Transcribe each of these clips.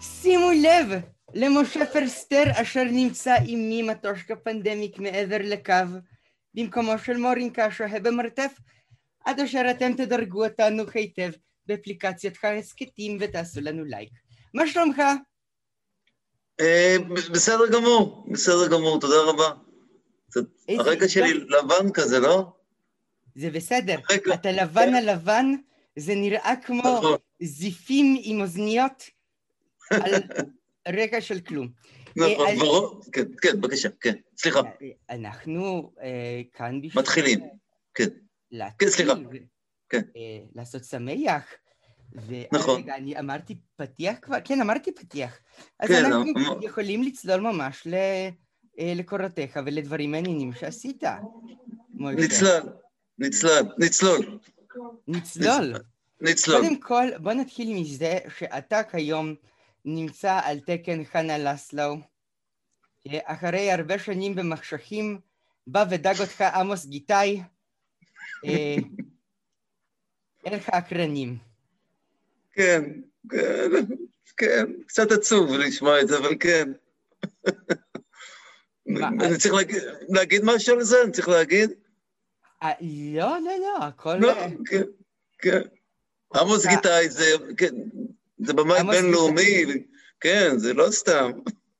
שימו לב למשה פרסטר אשר נמצא עימי מטושקה פנדמיק מעבר לקו, במקומו של מורינקה השוהה במרתף, עד אשר אתם תדרגו אותנו היטב באפליקציית ההסכתים ותעשו לנו לייק. מה שלומך? בסדר גמור, תודה רבה. הרקע שלי לבן כזה, לא? זה בסדר, אתה לבן על לבן, זה נראה כמו זיפים עם אוזניות על רקע של כלום. נכון, כן, בבקשה, כן, סליחה. אנחנו כאן בשביל... מתחילים, כן, סליחה. לעשות שמח. נכון. ורגע, אני אמרתי פתיח כבר? כן, אמרתי פתיח. אז אנחנו יכולים לצלול ממש לקורותיך ולדברים מעניינים שעשית. נצלול. קודם כל, בוא נתחיל מזה שאתה כיום נמצא על תקן חנה לסלו, שאחרי הרבה שנים במחשכים, בא ודג אותך עמוס גיטאי, אין לך אקרנים. כן, קצת עצוב לשמוע את זה, אבל כן. אני צריך להגיד משהו על זה? אני צריך להגיד? לא, הכל... כן. עמוס גיטאי זה במאי בינלאומי, כן, זה לא סתם.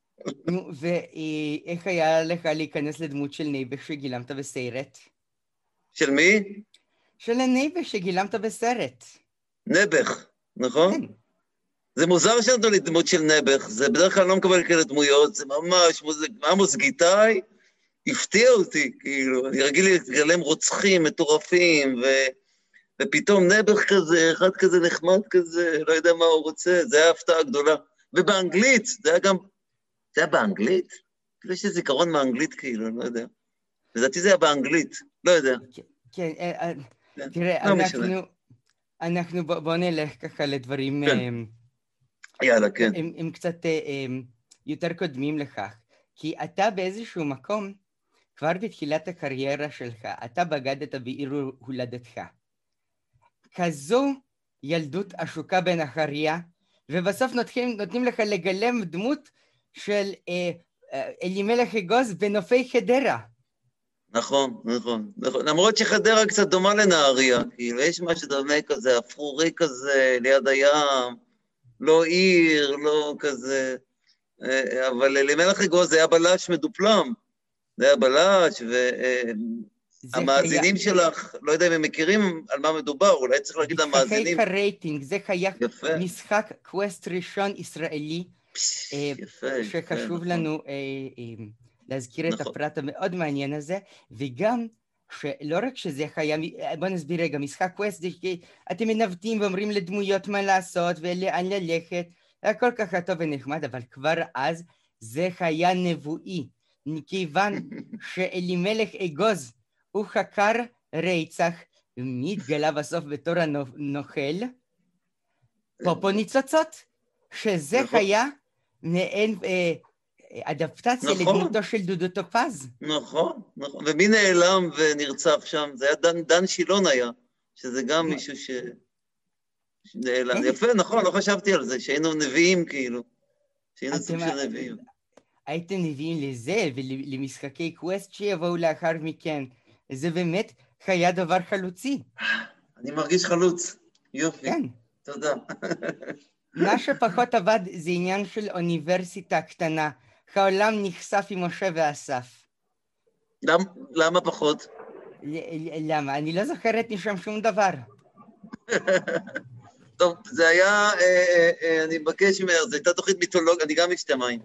ואיך היה לך להיכנס לדמות של נייבך שגילמת בסרט? של מי? של הנייבך שגילמת בסרט. נבך, נכון? זה מוזר שנתנו לי דמות של נבך, זה בדרך כלל לא מקבל כאלה דמויות, זה ממש, עמוס גיטאי הפתיע אותי, כאילו, אני רגיל לגלם רוצחים מטורפים, ופתאום נבך כזה, אחד כזה נחמד כזה, לא יודע מה הוא רוצה, זה היה הפתעה גדולה. ובאנגלית, זה היה באנגלית? יש לי זיכרון מאנגלית כאילו, אני לא יודע. לדעתי זה היה באנגלית, לא יודע. כן, תראה, אנחנו בוא נלך ככה לדברים... יאללה, כן. הם קצת יותר קודמים לכך, כי אתה באיזשהו מקום, כבר בתחילת הקריירה שלך, אתה בגדת בעיר הולדתך. כזו ילדות עשוקה בנחריה, ובסוף נותנים לך לגלם דמות של אלימלך אגוז בנופי חדרה. נכון. למרות שחדרה קצת דומה לנהריה, כאילו יש משהו דומה כזה, אפרורי כזה, ליד הים, לא עיר, לא כזה, אבל אלימלך אגוז זה היה בלש מדופלם, זה היה בלש, המאזינים שלך, לא יודע אם הם מכירים על מה מדובר, אולי צריך להגיד למאזינים. משחקי הרייטינג, זה היה משחק קווסט ראשון ישראלי, שחשוב לנו להזכיר את הפרט המאוד מעניין הזה, וגם שלא רק שזה היה, בוא נסביר רגע, משחק קווסט זה שאתם מנווטים ואומרים לדמויות מה לעשות ולאן ללכת, היה כל כך טוב ונחמד, אבל כבר אז זה היה נבואי, מכיוון שאלימלך אגוז, הוא חקר רצח, ומי התגלה בסוף בתור הנוכל? פופו ניצוצות, שזה היה מעין אדפטציה לדמותו של דודו טופז. נכון, ומי נעלם ונרצח שם? זה היה דן שילון היה, שזה גם מישהו שנעלם. יפה, נכון, לא חשבתי על זה, שהיינו נביאים כאילו, שהיינו סוג של נביאים. הייתם נביאים לזה ולמשחקי קווסט שיבואו לאחר מכן. זה באמת היה דבר חלוצי. אני מרגיש חלוץ. יופי. כן. תודה. מה שפחות עבד זה עניין של אוניברסיטה קטנה. העולם נחשף עם משה ואסף. למה פחות? למה? אני לא זוכרת משם שום דבר. טוב, זה היה, אני מבקש ממך, זו הייתה תוכנית מיתולוגית, אני גם אשתה מים.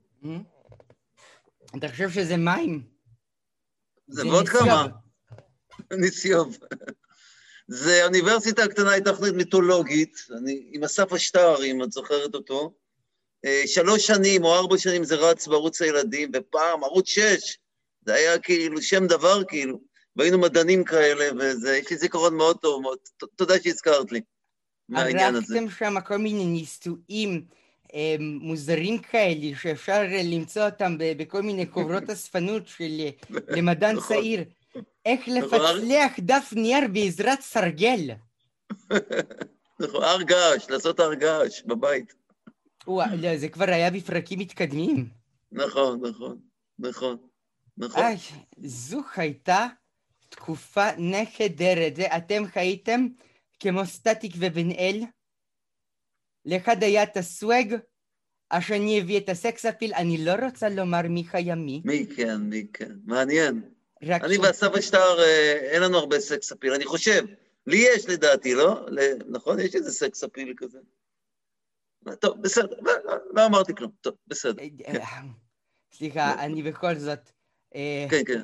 אתה חושב שזה מים? זה מאוד כמה. נסיוב. זה האוניברסיטה הקטנה, הייתה תוכנית מיתולוגית, עם אסף אשטר, אם את זוכרת אותו. 3 שנים או 4 שנים זה רץ בערוץ הילדים, ופעם ערוץ 6, זה היה כאילו שם דבר כאילו, והיינו מדענים כאלה, וזה, יש לי זיכרון מאוד טוב, תודה שהזכרת לי. ערכתם שם כל מיני ניסויים מוזרים כאלה, שאפשר למצוא אותם בכל מיני קוברות אספנות של למדען צעיר. איך לפצלח דף נייר בעזרת סרגל. נכון, הר געש, לעשות הר געש בבית. לא, זה כבר היה בפרקים מתקדמים. נכון, נכון, נכון, נכון. זו הייתה תקופה נהדרת. אתם חייתם כמו סטטיק ובן אל. לאחד היה את הסוואג, השני הביא את הסקס אפיל, אני לא רוצה לומר מי חיה מי. מי כן, מעניין. אני והסבא שטר, אין לנו הרבה סקס אפיל, אני חושב. לי יש לדעתי, לא? נכון? יש איזה סקס אפיל כזה. טוב, בסדר, לא אמרתי כלום. טוב, בסדר. סליחה, אני בכל זאת... כן, כן.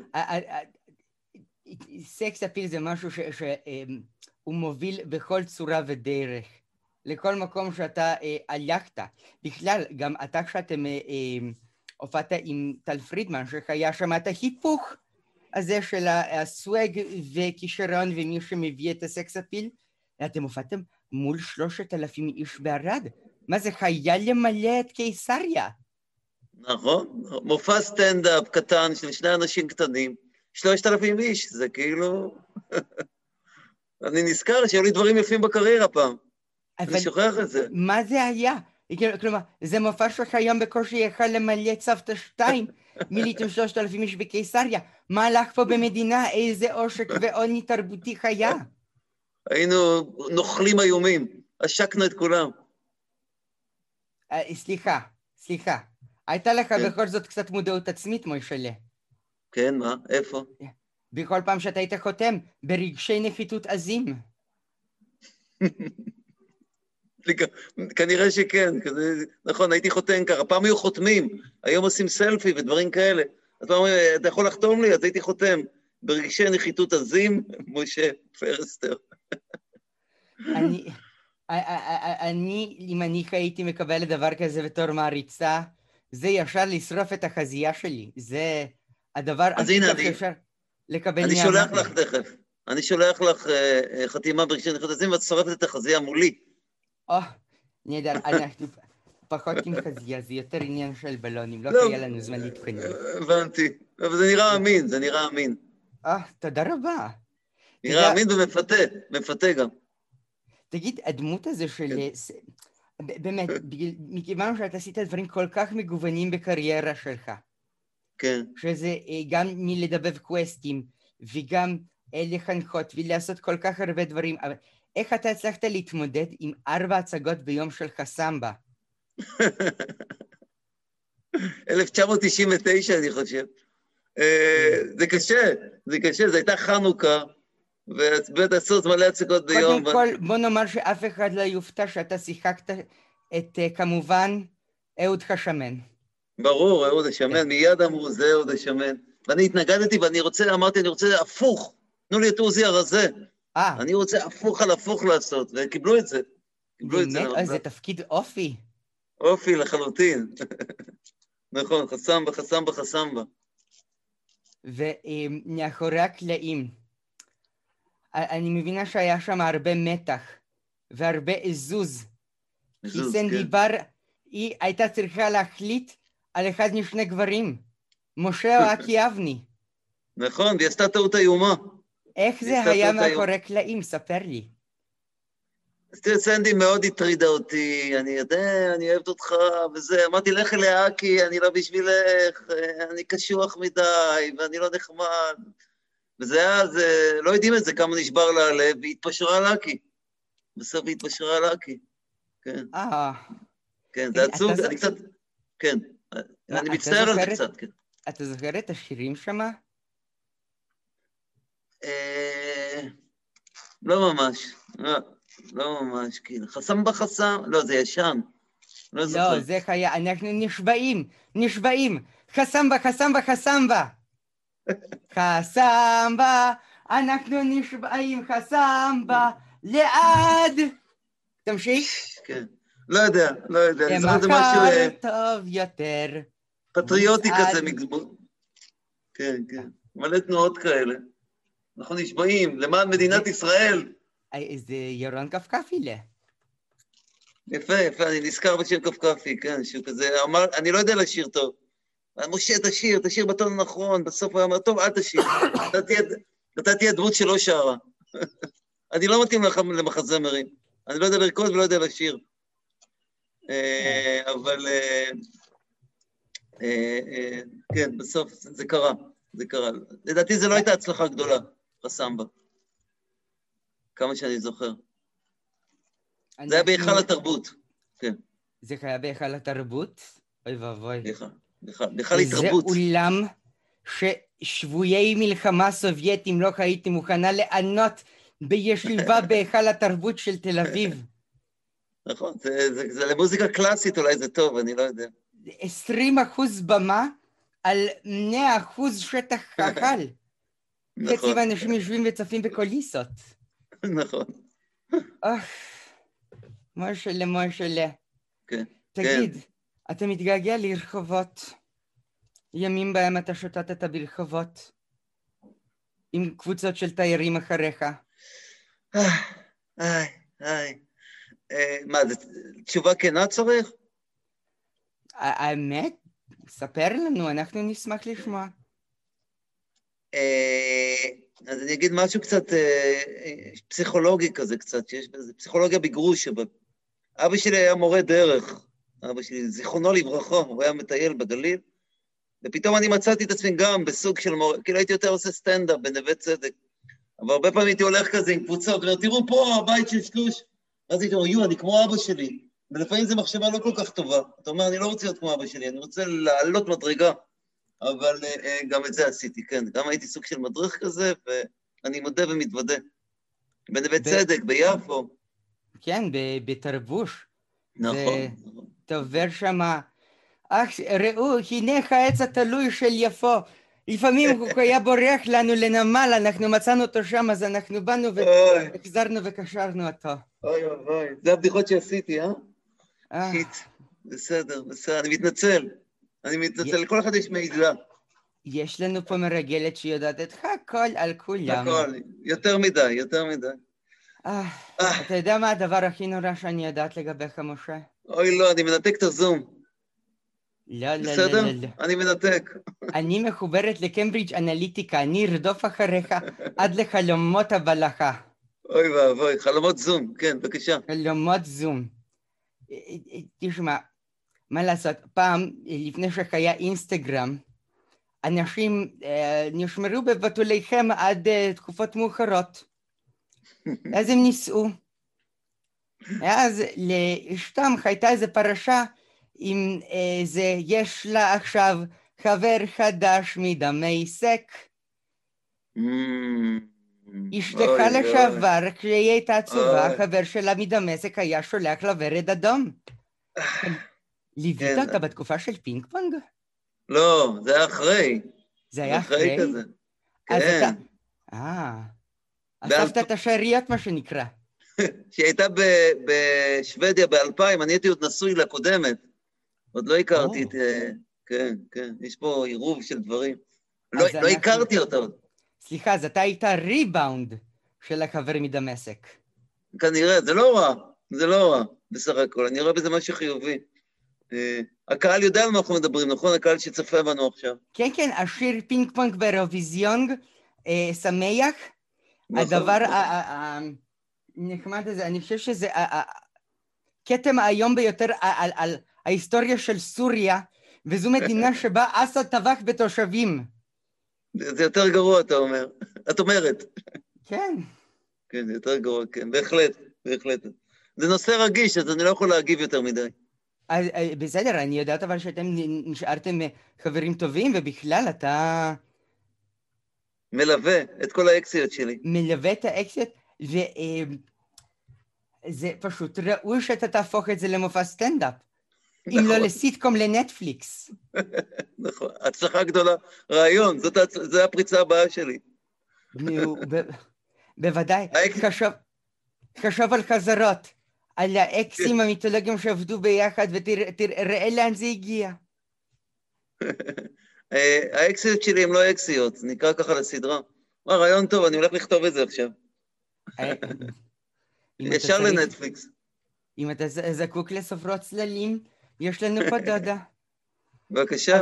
סקס אפיל זה משהו שהוא מוביל בכל צורה ודרך. לכל מקום שאתה הלכת. בכלל, גם אתה כשאתם הופעת עם טל פרידמן, שהיה שם את ההיפוך הזה של הסוואג וכישרון ומי שמביא את הסקס אפיל, אתם הופעתם מול 3,000 איש בערד. מה זה, היה למלא את קיסריה? נכון, מופע סטנדאפ קטן של שני אנשים קטנים, 3,000 איש, זה כאילו... אני נזכר שהיו לי דברים יפים בקריירה פעם. אני שוכח את זה. מה זה היה? כלומר, זה מופע שלך היום בקושי יכל למלא צוותא 2, מיליתם 3,000 איש בקיסריה. מה הלך פה במדינה? איזה עושק ועוני תרבותי היה? היינו נוכלים איומים, השקנו את כולם. סליחה. הייתה לך בכל זאת קצת מודעות עצמית, מוישלה. כן, מה? איפה? בכל פעם שאתה היית חותם, ברגשי נחיתות עזים. כנראה שכן, נכון, הייתי חותם ככה, פעם היו חותמים, היום עושים סלפי ודברים כאלה, אז פעם אתה יכול לחתום לי, אז הייתי חותם, ברגשי נחיתות עזים, משה פרסטר. אם אני הייתי מקבל דבר כזה בתור מעריצה, זה ישר לשרוף את החזייה שלי, זה הדבר הכי טוב שאפשר לקבל מהמחר. אני שולח לך תכף, אני שולח לך חתימה ברגשי נחיתות עזים, ואת שורפת את החזייה מולי. נהדר, אנחנו פחות עם חזייה, זה יותר עניין של בלונים, לא היה לנו זמן להתכונן. הבנתי, אבל זה נראה אמין, זה נראה אמין. תודה רבה. נראה אמין ומפתה, מפתה גם. תגיד, הדמות הזו של... באמת, מכיוון שאתה עשית דברים כל כך מגוונים בקריירה שלך. כן. שזה גם מלדבב קווסטים, וגם לחנכות, ולעשות כל כך הרבה דברים, אבל... איך אתה הצלחת להתמודד עם 4 הצגות ביום של חסמבה? 1999, אני חושב. זה קשה, זה הייתה חנוכה, ובית עשות מלא הצגות ביום. קודם כל, בוא נאמר שאף אחד לא יופתע שאתה שיחקת את, כמובן, אהוד השמן. ברור, אהוד השמן, מיד אמרו, זה אהוד השמן. ואני התנגדתי, אמרתי, אני רוצה הפוך, תנו לי את עוזי הרזה. אני רוצה הפוך על הפוך לעשות, וקיבלו את זה. באמת? זה תפקיד אופי. אופי לחלוטין. נכון, חסמבה. ומאחורי הקלעים, אני מבינה שהיה שם הרבה מתח, והרבה עזוז. כי סנדי בר, היא הייתה צריכה להחליט על אחד משני גברים, משה או אקי אבני. נכון, והיא עשתה טעות איומה. איך זה היה מאחורי קלעים? ספר לי. אז תראה, סנדי מאוד הטרידה אותי, אני יודע, אני אוהבת אותך, וזה, אמרתי, לך לאקי, אני לא בשבילך, אני קשוח מדי, ואני לא נחמד. וזה היה, לא יודעים את זה, כמה נשבר לה הלב, והיא התפשרה על אקי. בסוף היא התפשרה על אקי. כן. כן, זה עצוב, אני קצת, כן. אני מצטער על זה קצת, כן. אתה זוכר את השירים שמה? לא ממש, כאילו, חסם בחסם, לא, זה ישן. לא, זה היה, אנחנו נשבעים, חסם בה. אנחנו נשבעים, חסם בה, לעד. תמשיך? כן, לא יודע, אני זוכר זה משהו... מחר טוב יותר. פטריוטי כזה מגזמות. כן, מלא תנועות כאלה. אנחנו נשבעים, למען מדינת ישראל. זה ירון קפקפילה. יפה, אני נזכר בשיר קפקפי, כן, שיר כזה, אני לא יודע לשיר טוב. משה, תשיר בטון הנכון, בסוף הוא אמר, טוב, אל תשיר. אתה תהיה דמות שלא שרה. אני לא מתאים למחזמרים. אני לא יודע לרקוד ולא יודע לשיר. אבל כן, בסוף זה קרה, זה קרה. לדעתי זה לא הייתה הצלחה גדולה, חסמבה. כמה שאני זוכר. זה היה בהיכל התרבות, כן. זה היה בהיכל התרבות? אוי ואבוי. בהיכל התרבות. זה אולם ששבויי מלחמה סובייטים לא הייתי מוכנה לענות בישיבה בהיכל התרבות של תל אביב. נכון, זה למוזיקה קלאסית אולי זה טוב, אני לא יודע. 20% במה על 100% שטח הקהל. חצי מהאנשים יושבים וצפים בקוליסות. נכון. מושלה. תגיד, אתה מתגעגע לרחובות, ימים בהם אתה שוטטת ברחובות, עם קבוצות של תיירים אחריך. מה, זה תשובה כנה צריך? האמת? ספר לנו, אנחנו נשמח לשמוע. אז אני אגיד משהו קצת פסיכולוגי כזה קצת, שיש בזה פסיכולוגיה בגרוש. אבא שלי היה מורה דרך, אבא שלי, זיכרונו לברכה, הוא היה מטייל בגליל, ופתאום אני מצאתי את עצמי גם בסוג של מורה, כאילו הייתי יותר עושה סטנדאפ בנווה צדק, אבל הרבה פעמים הייתי הולך כזה עם קבוצות, ואומר, תראו פה הבית של שקוש, אז הייתי אומר, אני כמו אבא שלי, ולפעמים זו מחשבה לא כל כך טובה, אתה אומר, אני לא רוצה להיות כמו אבא שלי, אני רוצה לעלות מדרגה, אבל גם את זה עשיתי, כן, גם הייתי סוג של מדריך כזה, ואני מודה ומתוודה, בנווה צדק, ביפו. כן, בתרבוש. נכון. אתה עובר שמה, ראו, הנה העץ התלוי של יפו. לפעמים הוא היה בורח לנו לנמל, אנחנו מצאנו אותו שם, אז אנחנו באנו והחזרנו וקשרנו אותו. אוי אוי, זה הבדיחות שעשיתי, שיט, בסדר, אני מתנצל. לכל אחד יש מידע. יש לנו פה מרגלת שיודעת את הכל על כולם. הכל, יותר מדי. אתה יודע מה הדבר הכי נורא שאני יודעת לגביך, משה? אוי לא, אני מנתק את הזום. לא. בסדר? אני מנתק. אני מחוברת לקמברידג' אנליטיקה, אני ארדוף אחריך עד לחלומות הבלחה. אוי ואבוי, חלומות זום, כן, בבקשה. חלומות זום. תשמע, מה לעשות, פעם, לפני שהיה אינסטגרם, אנשים נשמרו בבתוליכם עד תקופות מאוחרות. אז הם ניסו. אז לאשתם הייתה איזו פרשה עם זה, יש לה עכשיו חבר חדש מדמשק. אשתך לשעבר, כשהיא הייתה עצובה, החבר שלה מדמשק היה שולח לה ורד אדום. ליווית אותה בתקופה של פינג פונג? לא, זה היה אחרי. זה היה אחרי? כזה. כן. אספת את השאריות, מה שנקרא. שהיא הייתה בשוודיה ב-2000, אני הייתי עוד נשוי לקודמת. עוד לא הכרתי את... כן, יש פה עירוב של דברים. לא הכרתי אותה עוד. סליחה, אז אתה היית ריבאונד של החבר מדמשק. כנראה, זה לא רע, בסך הכל. אני רואה בזה משהו חיובי. הקהל יודע על מה אנחנו מדברים, נכון? הקהל שצפה בנו עכשיו. כן, השיר פינג פונג באירוויזיון שמח. הדבר הנחמד הזה, אני חושב שזה הכתם היום ביותר על ההיסטוריה של סוריה, וזו מדינה שבה אסד טבח בתושבים. זה יותר גרוע, אתה אומר. את אומרת. כן. כן, זה יותר גרוע, כן. בהחלט. זה נושא רגיש, אז אני לא יכול להגיב יותר מדי. בסדר, אני יודעת אבל שאתם נשארתם חברים טובים, ובכלל אתה... מלווה את כל האקסיות שלי. מלווה את האקסיות, וזה פשוט ראוי שאתה תהפוך את זה למופע סטנדאפ. אם לא לסיטקום לנטפליקס. נכון, הצלחה גדולה. רעיון, זה הפריצה הבאה שלי. בוודאי. חשוב על חזרות, על האקסים המיתולוגיים שעבדו ביחד, ותראה לאן זה הגיע. האקסיות שלי הם לא אקסיות, נקרא ככה לסדרה. רעיון טוב, אני הולך לכתוב את זה עכשיו. ישר לנטפליקס. אם אתה זקוק לסופרות צללים, יש לנו פה דודה. בבקשה.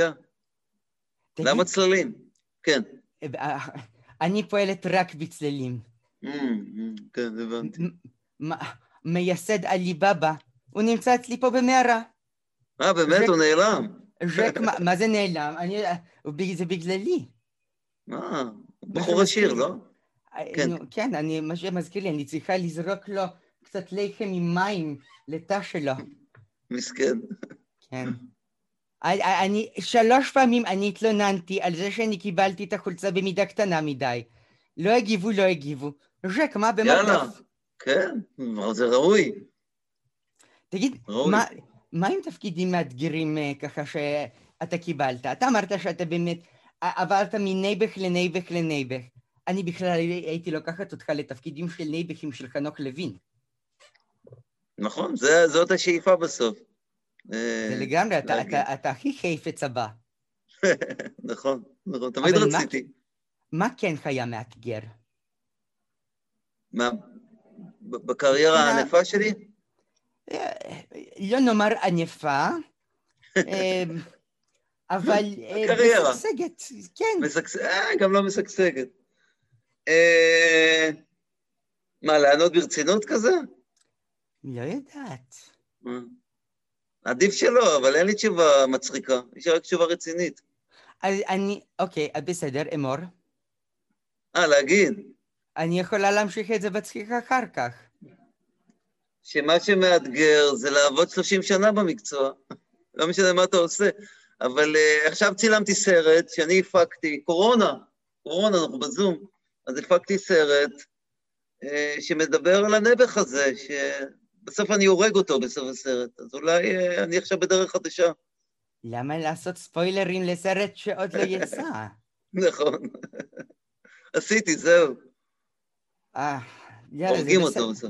למה צללים? כן. אני פועלת רק בצללים. כן, הבנתי. מייסד עלי בבא הוא נמצא אצלי פה במערה. באמת? הוא נעלם. ז'ק, מה זה נעלם? זה בגללי. בחור עשיר, לא? כן, מה שמזכיר לי, אני צריכה לזרוק לו קצת לחם עם מים לתא שלו. מסכן. כן. 3 פעמים אני התלוננתי על זה שאני קיבלתי את החולצה במידה קטנה מדי. לא הגיבו. ז'ק, מה במרדף? יאללה, כן, זה ראוי. תגיד, מה עם תפקידים מאתגרים ככה שאתה קיבלת? אתה אמרת שאתה באמת עברת מנייבך לנייבך. אני בכלל הייתי לוקחת אותך לתפקידים של נייבכים של חנוך לוין. נכון, זאת השאיפה בסוף. זה לגמרי, אתה הכי חפץ הבא. נכון, תמיד רציתי. מה כן היה מאתגר? מה? בקריירה הענפה שלי? לא נאמר ענפה, אבל משגשגת, כן. גם לא משגשגת. מה, לענות ברצינות כזה? לא יודעת. עדיף שלא, אבל אין לי תשובה מצחיקה, יש רק תשובה רצינית. אוקיי, בסדר, אמור. להגיד. אני יכולה להמשיך את זה בצחיק אחר כך. שמה שמאתגר זה לעבוד 30 שנה במקצוע, לא משנה מה אתה עושה, אבל עכשיו צילמתי סרט שאני הפקתי, קורונה, אנחנו בזום, אז הפקתי סרט שמדבר על הנבח הזה, שבסוף אני הורג אותו בסוף הסרט, אז אולי אני עכשיו בדרך חדשה. למה לעשות ספוילרים לסרט שעוד לא יצא? נכון, עשיתי, זהו. הורגים אותו בסוף.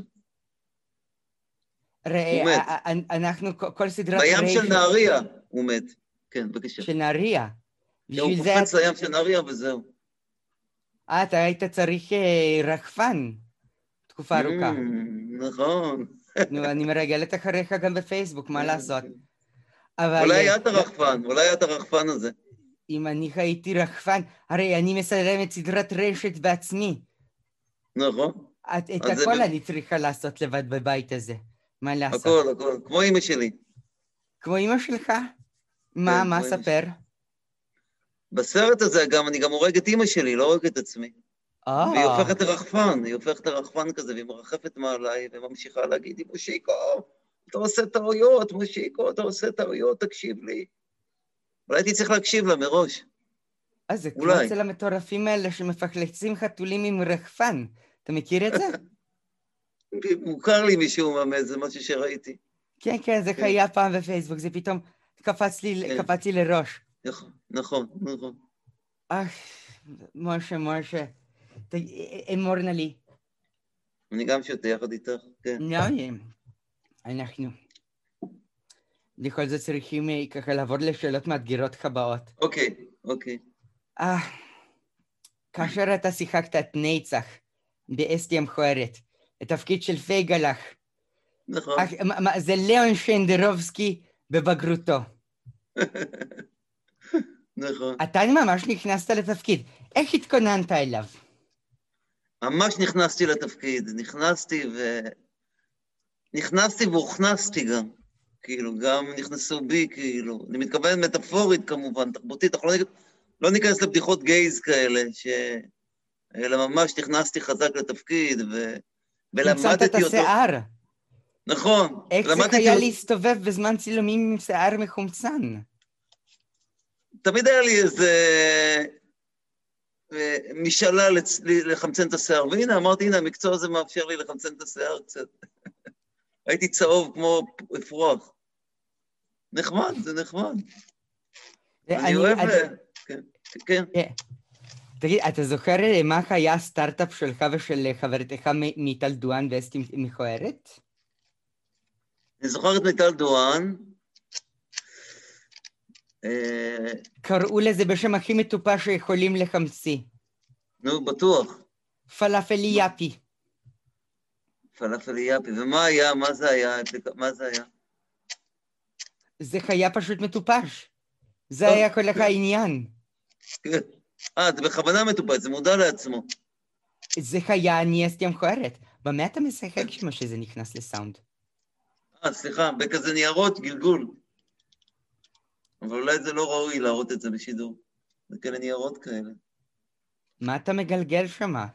ראה, אנחנו כל סדרת... בים של נהריה הוא מת. כן, בבקשה. של נהריה. הוא קופץ לים של נהריה וזהו. אתה היית צריך רחפן תקופה ארוכה. נכון. נו, אני מרגלת אחריך גם בפייסבוק, מה לעשות? אולי את הרחפן הזה. אם אני הייתי רחפן, הרי אני מסלמת סדרת רשת בעצמי. נכון. את הכל אני צריכה לעשות לבד בבית הזה. מה לעשות? הכל, כמו אמא שלי. כמו אמא שלך? מה ספר? בסרט הזה אני גם הורג את אמא שלי, לא הורג את עצמי. והיא הופכת לרחפן כזה, והיא מרחפת מעליי, וממשיכה להגיד, מושיקו, אתה עושה טעויות, מושיקו, אתה עושה טעויות, תקשיב לי. אולי הייתי צריך להקשיב לה מראש. אז זה כמו אצל המטורפים האלה שמפחלצים חתולים עם רחפן. אתה מכיר את זה? מוכר לי משום מה, זה משהו שראיתי. כן, זה היה פעם בפייסבוק, זה פתאום קפץ לי לראש. נכון. משה, אמור נא לי. אני גם שותה יחד איתך, כן. אנחנו בכל זאת צריכים ככה לעבור לשאלות מאתגרות הבאות. אוקיי. כאשר אתה שיחקת את נצח באסתי המכוערת, התפקיד של פייגלח. נכון. זה ליאון שנדרובסקי בבגרותו. נכון. אתה ממש נכנסת לתפקיד. איך התכוננת אליו? ממש נכנסתי לתפקיד. נכנסתי והוכנסתי גם. כאילו, גם נכנסו בי, כאילו. אני מתכוון מטאפורית כמובן, תרבותית. אנחנו לא ניכנס לבדיחות גייז כאלה, אלא ממש נכנסתי חזק לתפקיד, ולמדתי אותו. המצאת את השיער. נכון. איך זה היה להסתובב בזמן צילומים עם שיער מחומצן? תמיד היה לי איזה משאלה לחמצן את השיער, והנה, אמרתי, הנה, המקצוע הזה מאפשר לי לחמצן את השיער קצת. הייתי צהוב כמו אפרוח. נחמד, זה נחמד. אני אוהב... כן. תגיד, אתה זוכר מה היה הסטארט-אפ שלך ושל חברתך מיטל דואן ואסתי מכוערת? אני זוכר את מיטל דואן. קראו לזה בשם הכי מטופש שיכולים לחמציא. נו, בטוח. פלאפליאפי. פלאפליאפי, ומה היה? מה זה היה? זה היה פשוט מטופש. זה היה כל העניין. זה בכוונה מטופש, זה מודע לעצמו. זה היה אני אסתי המכוערת. במה אתה משחק שמה שזה נכנס לסאונד? סליחה, בכזה ניירות, גלגול. אבל אולי זה לא ראוי להראות את זה בשידור. זה כאלה ניירות כאלה. מה אתה מגלגל שמה?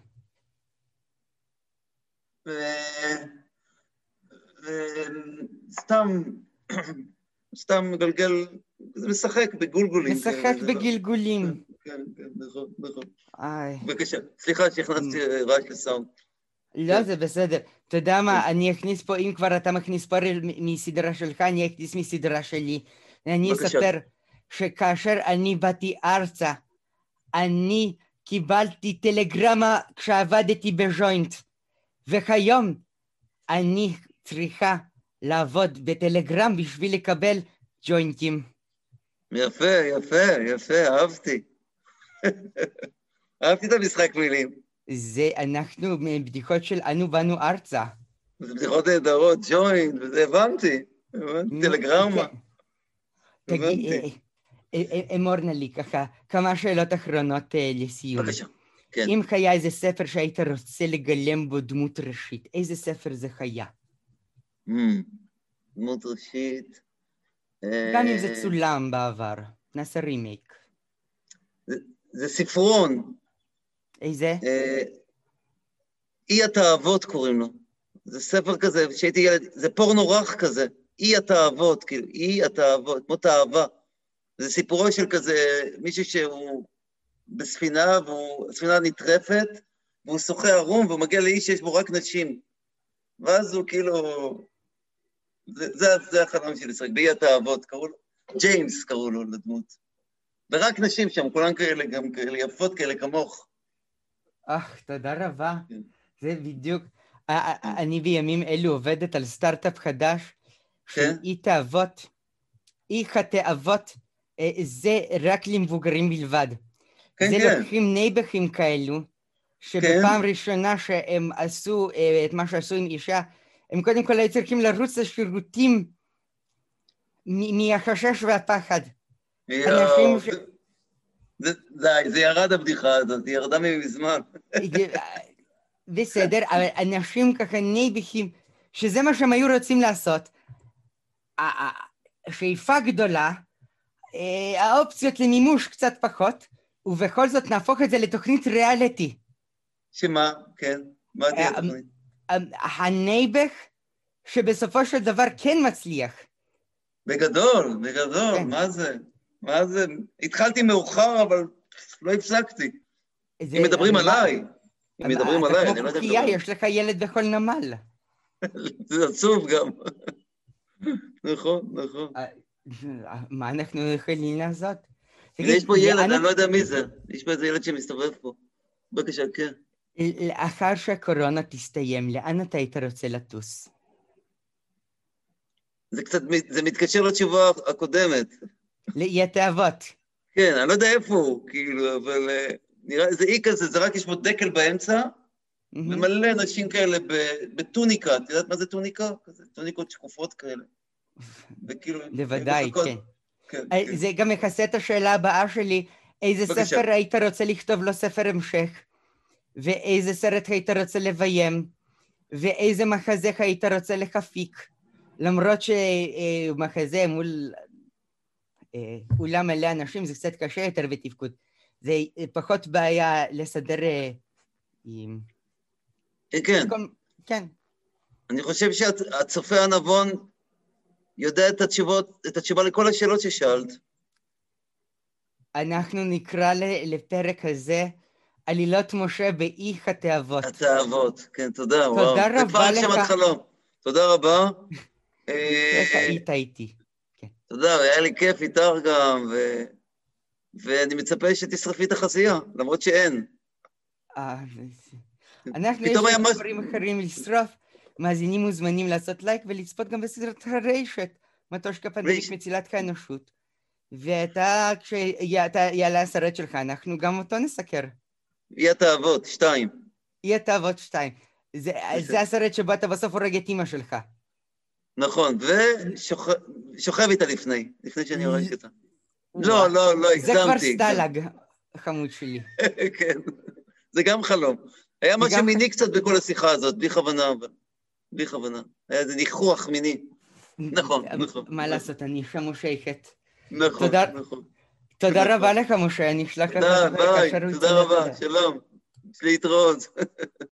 סתם מגלגל, זה משחק בגולגולים. משחק בגלגולים. כן, נכון. איי. בבקשה, סליחה שהכנסתי רעש לסאונד. לא, זה בסדר. אתה יודע מה, אני אכניס פה, אם כבר אתה מכניס פה מסדרה שלך, אני אכניס מסדרה שלי. אני אספר שכאשר אני באתי ארצה, אני קיבלתי טלגרמה כשעבדתי בז'וינט, וכיום אני צריכה לעבוד בטלגרם בשביל לקבל ג'וינטים. יפה, אהבתי. אהבתי את המשחק מילים. זה אנחנו, בדיחות של אנו באנו ארצה. זה בדיחות נהדרות, ג'וינט, וזה הבנתי, טלגרמה. תגיד, אמורנה לי ככה, כמה שאלות אחרונות לסיום. בבקשה, כן. אם היה איזה ספר שהיית רוצה לגלם בו דמות ראשית, איזה ספר זה היה? דמות ראשית... גם אם זה צולם בעבר, נעשה רימייק. זה ספרון. איזה? אי התאהבות קוראים לו. זה ספר כזה, שהייתי ילד, זה פורנו רך כזה. אי התאהבות, כאילו, אי התאהבות, כמו תאהבה. זה סיפורו של כזה, מישהו שהוא בספינה, והספינה נטרפת, והוא שוחה ערום, והוא מגיע לאיש שיש בו רק נשים. ואז הוא כאילו... זה החלום של ישראל, באי התאהבות, קראו לו, ג'יימס קראו לו לדמות. ורק נשים שם, כולן כאלה, גם כאלה יפות כאלה כמוך. תודה רבה. זה בדיוק, אני בימים אלו עובדת על סטארט-אפ חדש, של אי תאהבות, אי התאהבות, זה רק למבוגרים בלבד. זה לוקחים נייבכים כאלו, שבפעם ראשונה שהם עשו את מה שעשו עם אישה, הם קודם כל היו צריכים לרוץ לשירותים מהחשש והפחד. זה ירד הבדיחה הזאת, היא ירדה מזמן. בסדר, אבל אנשים ככה נייבכים, שזה מה שהם היו רוצים לעשות. שאיפה גדולה, האופציות למימוש קצת פחות, ובכל זאת נהפוך את זה לתוכנית ריאליטי. שמה? כן, מה תהיה התוכנית? הנייבך שבסופו של דבר כן מצליח. בגדול, מה זה? התחלתי מאוחר, אבל לא הפסקתי. אם מדברים עליי, אני לא יודע... אתה כמו קוקייה, יש לך ילד בכל נמל. זה עצוב גם. נכון. מה אנחנו יכולים לעשות? יש פה ילד, אני לא יודע מי זה. יש פה איזה ילד שמסתובב פה. בבקשה, כן. לאחר שהקורונה תסתיים, לאן אתה היית רוצה לטוס? זה מתקשר לתשובה הקודמת. לאי התאהבות. כן, אני לא יודע איפה הוא, כאילו, אבל נראה, זה אי כזה, זה רק יש פה דקל באמצע, ומלא נשים כאלה בטוניקה, את יודעת מה זה טוניקה? טוניקות שקופות כאלה. בוודאי, כן. זה גם מכסה את השאלה הבאה שלי, איזה ספר היית רוצה לכתוב לו ספר המשך, ואיזה סרט היית רוצה לביים, ואיזה מחזה היית רוצה להפיק, למרות שמחזה מול אולם מלא אנשים זה קצת קשה יותר בתפקוד, זה פחות בעיה לסדר... כן. אני חושב שהצופה הנבון יודע את התשובה לכל השאלות ששאלת. אנחנו נקרא לפרק הזה עלילות משה באי התאהבות. התאהבות, כן, תודה. תודה רבה לך. זה כבר הגשמת חלום. תודה רבה. איך היית איתי. תודה, היה לי כיף איתך גם, ואני מצפה שתשרפי את החסייה, למרות שאין. אנחנו יש דברים אחרים לשרוף, מאזינים מוזמנים לעשות לייק ולצפות גם בסדרת הרשת, מטושקה פנדמיק מצילת האנושות. ואתה, כשיעלה הסרט שלך, אנחנו גם אותו נסקר. אי התאהבות, 2. אי התאהבות 2. זה הסרט שבו אתה בסוף הורג את אמא שלך. נכון, ושוכב איתה לפני שאני הורג אותה. לא, הגזמתי. זה כבר סטלג, חמוד שלי. כן, זה גם חלום. היה משהו מיני קצת בכל השיחה הזאת, בלי כוונה. היה איזה ניחוח מיני. נכון. מה לעשות, אני אישה מושכת. נכון. תודה רבה לך, משה, אני אשלח לך את הפרק. תודה רבה, שלום. יש להתראות.